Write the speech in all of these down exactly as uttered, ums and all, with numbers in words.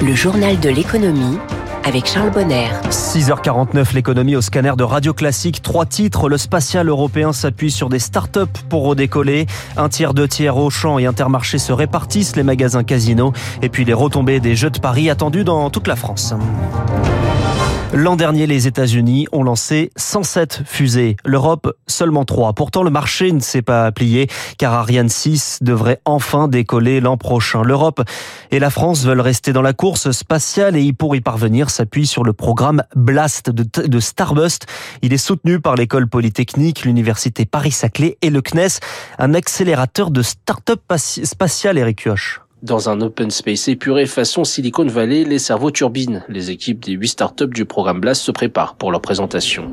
Le journal de l'économie avec Charles Bonner. six heures quarante-neuf, l'économie au scanner de Radio Classique. Trois titres. Le spatial européen s'appuie sur des start-up pour redécoller. Un tiers, deux tiers, Auchan et Intermarché se répartissent les magasins Casino. Et puis les retombées des Jeux de Paris attendues dans toute la France. L'an dernier, les États-Unis ont lancé cent sept fusées. L'Europe, seulement trois. Pourtant, le marché ne s'est pas plié, car Ariane six devrait enfin décoller l'an prochain. L'Europe et la France veulent rester dans la course spatiale et pour y parvenir, s'appuient sur le programme BLAST de, de Starbust. Il est soutenu par l'école polytechnique, l'université Paris-Saclay et le C N E S, un accélérateur de start-up spatiale, Eric Kioch. Dans un open space épuré façon Silicon Valley, les cerveaux turbinent. Les équipes des huit startups du programme BLAST se préparent pour leur présentation.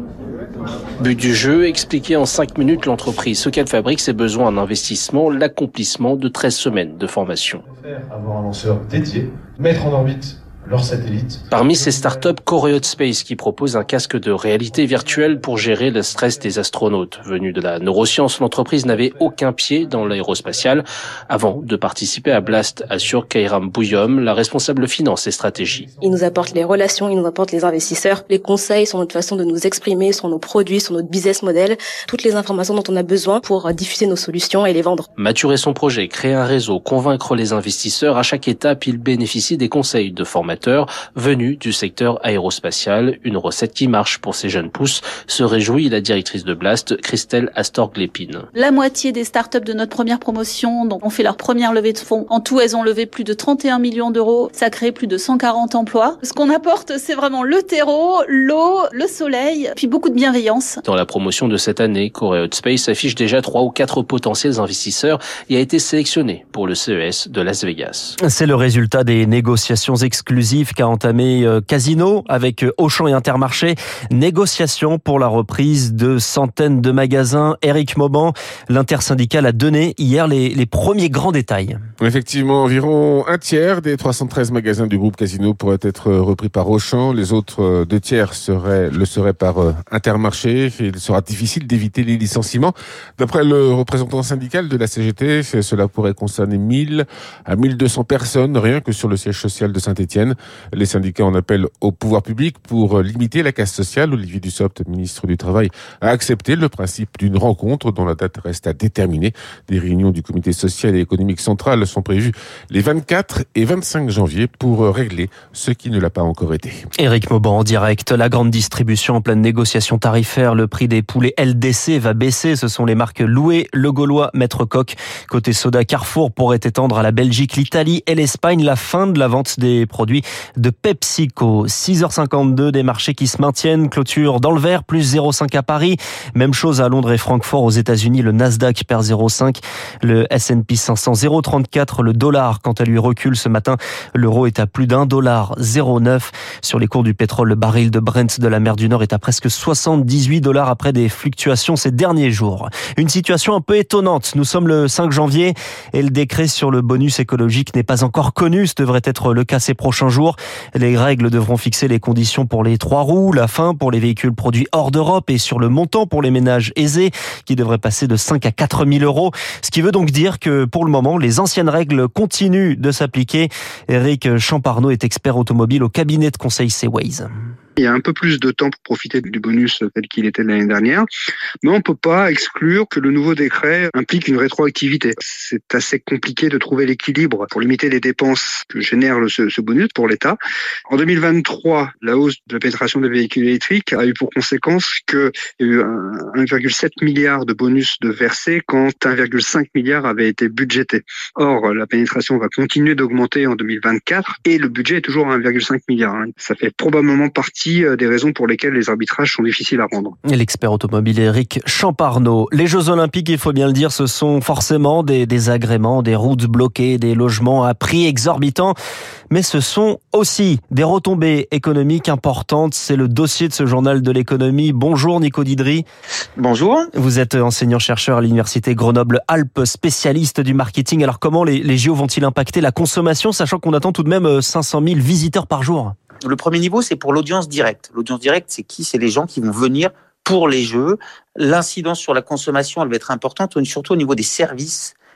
But du jeu, expliquer en cinq minutes l'entreprise, ce qu'elle fabrique, ses besoins en investissement, l'accomplissement de treize semaines de formation. Avoir un lanceur dédié, mettre en orbite leurs satellites. Parmi ces startups, Coréot Space qui propose un casque de réalité virtuelle pour gérer le stress des astronautes. Venue de la neuroscience, l'entreprise n'avait aucun pied dans l'aérospatial. Avant de participer à BLAST, assure Kairam Bouyom, la responsable finance et stratégie. Il nous apporte les relations, il nous apporte les investisseurs, les conseils sur notre façon de nous exprimer, sur nos produits, sur notre business model, toutes les informations dont on a besoin pour diffuser nos solutions et les vendre. Maturer son projet, créer un réseau, convaincre les investisseurs, à chaque étape, il bénéficie des conseils de formateurs venus du secteur aérospatial. Une recette qui marche pour ces jeunes pousses, se réjouit la directrice de BLAST, Christelle Astor-Glépine. La moitié des startups de notre première promotion donc, ont fait leur première levée de fonds. En tout, elles ont levé plus de trente et un millions d'euros. Ça crée plus de cent quarante emplois. Ce qu'on apporte, c'est vraiment le terreau, l'eau, le soleil, puis beaucoup de bienveillance. Dans la promotion de cette année, Coréot Space affiche déjà trois ou quatre potentiels investisseurs et a été sélectionné pour le C E S de Las Vegas. C'est le résultat des négociations exclusives qu'a entamé Casino avec Auchan et Intermarché. Négociations pour la reprise de centaines de magasins. Éric Mauban, l'intersyndicale a donné hier les, les premiers grands détails. Effectivement, environ un tiers des trois cent treize magasins du groupe Casino pourraient être repris par Auchan. Les autres deux tiers seraient, le seraient par Intermarché. Il sera difficile d'éviter les licenciements. D'après le représentant syndical de la C G T, cela pourrait concerner mille à mille deux cents personnes, rien que sur le siège social de Saint-Étienne. Les syndicats en appellent au pouvoir public pour limiter la casse sociale. Olivier Dussopt, ministre du Travail, a accepté le principe d'une rencontre dont la date reste à déterminer. Des réunions du comité social et économique central sont prévues les vingt-quatre et vingt-cinq janvier pour régler ce qui ne l'a pas encore été. Éric Mauban en direct. La grande distribution en pleine négociation tarifaire. Le prix des poulets L D C va baisser. Ce sont les marques Loué, Le Gaulois, Maître Coq. Côté soda, Carrefour pourrait étendre à la Belgique, l'Italie et l'Espagne la fin de la vente des produits de PepsiCo. six heures cinquante-deux, des marchés qui se maintiennent. Clôture dans le vert, plus zéro virgule cinq à Paris. Même chose à Londres et Francfort. Aux États-Unis, le Nasdaq perd zéro virgule cinq. Le S and P cinq cents, zéro virgule trente-quatre. Le dollar, quant à lui, recule ce matin. L'euro est à plus d'un dollar, zéro virgule neuf. Sur les cours du pétrole, le baril de Brent de la mer du Nord est à presque soixante-dix-huit dollars après des fluctuations ces derniers jours. Une situation un peu étonnante. Nous sommes le cinq janvier et le décret sur le bonus écologique n'est pas encore connu. Ce devrait être le cas ces prochains jours. Les règles devront fixer les conditions pour les trois roues, la fin pour les véhicules produits hors d'Europe et sur le montant pour les ménages aisés qui devrait passer de cinq à quatre mille euros. Ce qui veut donc dire que pour le moment, les anciennes règles continuent de s'appliquer. Éric Champarneau est expert automobile au cabinet de conseil Seaways. Il y a un peu plus de temps pour profiter du bonus tel qu'il était l'année dernière, mais on ne peut pas exclure que le nouveau décret implique une rétroactivité. C'est assez compliqué de trouver l'équilibre pour limiter les dépenses que génère le, ce, ce bonus pour l'État. En deux mille vingt-trois, la hausse de la pénétration des véhicules électriques a eu pour conséquence qu'il y a eu un virgule sept milliard de bonus de versés quand un virgule cinq milliard avait été budgété. Or, la pénétration va continuer d'augmenter en deux mille vingt-quatre et le budget est toujours à un virgule cinq milliard. Ça fait probablement partie des raisons pour lesquelles les arbitrages sont difficiles à rendre. L'expert automobile Éric Champarneau. Les Jeux Olympiques, il faut bien le dire, ce sont forcément des désagréments, des routes bloquées, des logements à prix exorbitants, mais ce sont aussi des retombées économiques importantes. C'est le dossier de ce journal de l'économie. Bonjour Nico Didry. Bonjour. Vous êtes enseignant-chercheur à l'université Grenoble-Alpes, spécialiste du marketing. Alors comment les, les J O vont-ils impacter la consommation, sachant qu'on attend tout de même cinq cent mille visiteurs par jour ? Le premier niveau, c'est pour l'audience directe. L'audience directe, c'est qui ? C'est les gens qui vont venir pour les Jeux. L'incidence sur la consommation, elle va être importante, surtout au niveau des services.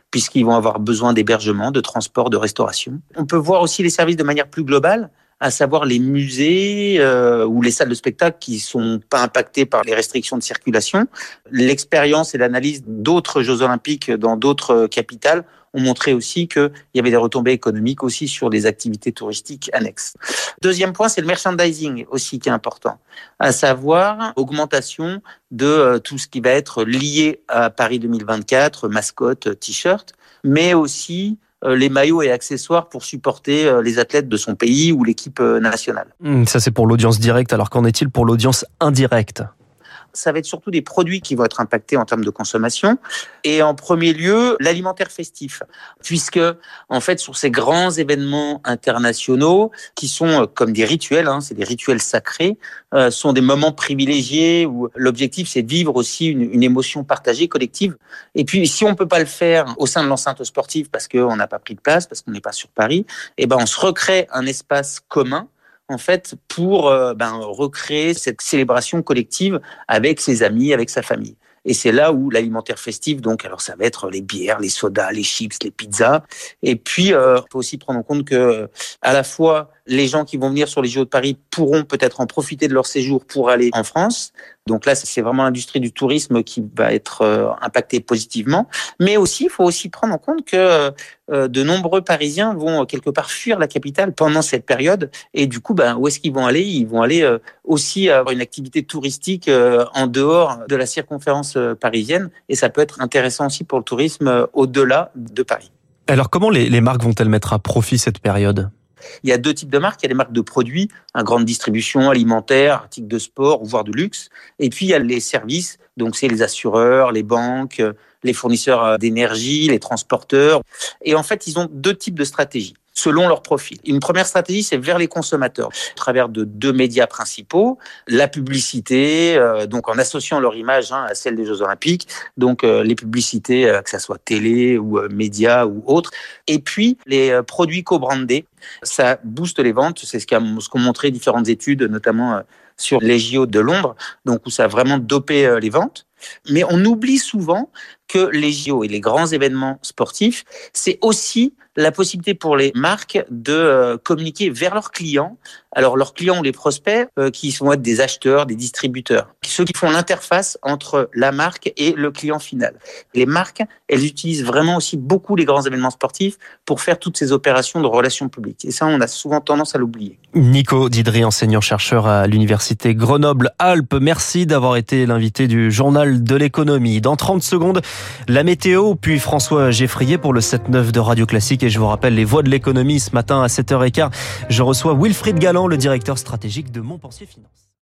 puisqu'ils vont avoir besoin d'hébergement, de transport, de restauration. On peut voir aussi les services de manière plus globale, à savoir les musées euh, ou les salles de spectacle qui sont pas impactées par les restrictions de circulation. L'expérience et l'analyse d'autres Jeux Olympiques dans d'autres capitales ont montré aussi qu'il y avait des retombées économiques aussi sur les activités touristiques annexes. Deuxième point, c'est le merchandising aussi qui est important, à savoir augmentation de euh, tout ce qui va être lié à Paris deux mille vingt-quatre, mascotte, t-shirt, mais aussi les maillots et accessoires pour supporter les athlètes de son pays ou l'équipe nationale. Ça, c'est pour l'audience directe. Alors, qu'en est-il pour l'audience indirecte ? Ça va être surtout des produits qui vont être impactés en termes de consommation. Et en premier lieu, l'alimentaire festif. Puisque, en fait, sur ces grands événements internationaux, qui sont comme des rituels, hein, c'est des rituels sacrés, euh, sont des moments privilégiés où l'objectif, c'est de vivre aussi une, une émotion partagée, collective. Et puis, si on peut pas le faire au sein de l'enceinte sportive parce qu'on n'a pas pris de place, parce qu'on n'est pas sur Paris, eh ben, on se recrée un espace commun, en fait, pour euh, ben, recréer cette célébration collective avec ses amis, avec sa famille. Et c'est là où l'alimentaire festif, donc, alors ça va être les bières, les sodas, les chips, les pizzas. Et puis, euh, il faut aussi prendre en compte que, à la fois, les gens qui vont venir sur les J O de Paris pourront peut-être en profiter de leur séjour pour aller en France. Donc là, c'est vraiment l'industrie du tourisme qui va être euh, impactée positivement. Mais aussi, il faut aussi prendre en compte que euh, de nombreux Parisiens vont euh, quelque part fuir la capitale pendant cette période. Et du coup, ben, où est-ce qu'ils vont aller ? Ils vont aller euh, aussi avoir une activité touristique euh, en dehors de la circonférence euh, parisienne. Et ça peut être intéressant aussi pour le tourisme euh, au-delà de Paris. Alors, comment les, les marques vont-elles mettre à profit cette période ? Il y a deux types de marques. Il y a les marques de produits, une grande distribution alimentaire, articles de sport, voire de luxe. Et puis, il y a les services. Donc, c'est les assureurs, les banques, les fournisseurs d'énergie, les transporteurs. Et en fait, ils ont deux types de stratégies selon leur profil. Une première stratégie, c'est vers les consommateurs, à travers de deux médias principaux, la publicité, euh, donc en associant leur image hein, à celle des Jeux Olympiques, donc euh, les publicités, euh, que ça soit télé ou euh, médias ou autres, et puis les euh, produits co-brandés, ça booste les ventes, c'est ce qu'ont ce qu'ont montré différentes études, notamment euh, sur les J O de Londres, donc où ça a vraiment dopé euh, les ventes. Mais on oublie souvent que les J O et les grands événements sportifs, c'est aussi la possibilité pour les marques de euh, communiquer vers leurs clients. Alors, leurs clients ou les prospects, euh, qui vont être des acheteurs, des distributeurs, ceux qui font l'interface entre la marque et le client final. Les marques, elles utilisent vraiment aussi beaucoup les grands événements sportifs pour faire toutes ces opérations de relations publiques. Et ça, on a souvent tendance à l'oublier. Nico Didry, enseignant-chercheur à l'université Grenoble-Alpes, merci d'avoir été l'invité du Journal de l'économie. Dans trente secondes, la météo, puis François Geffrier pour le sept neuf de Radio Classique. Et je vous rappelle les voix de l'économie ce matin à sept heures quinze. Je reçois Wilfried Galland, le directeur stratégique de Montpensier Finance.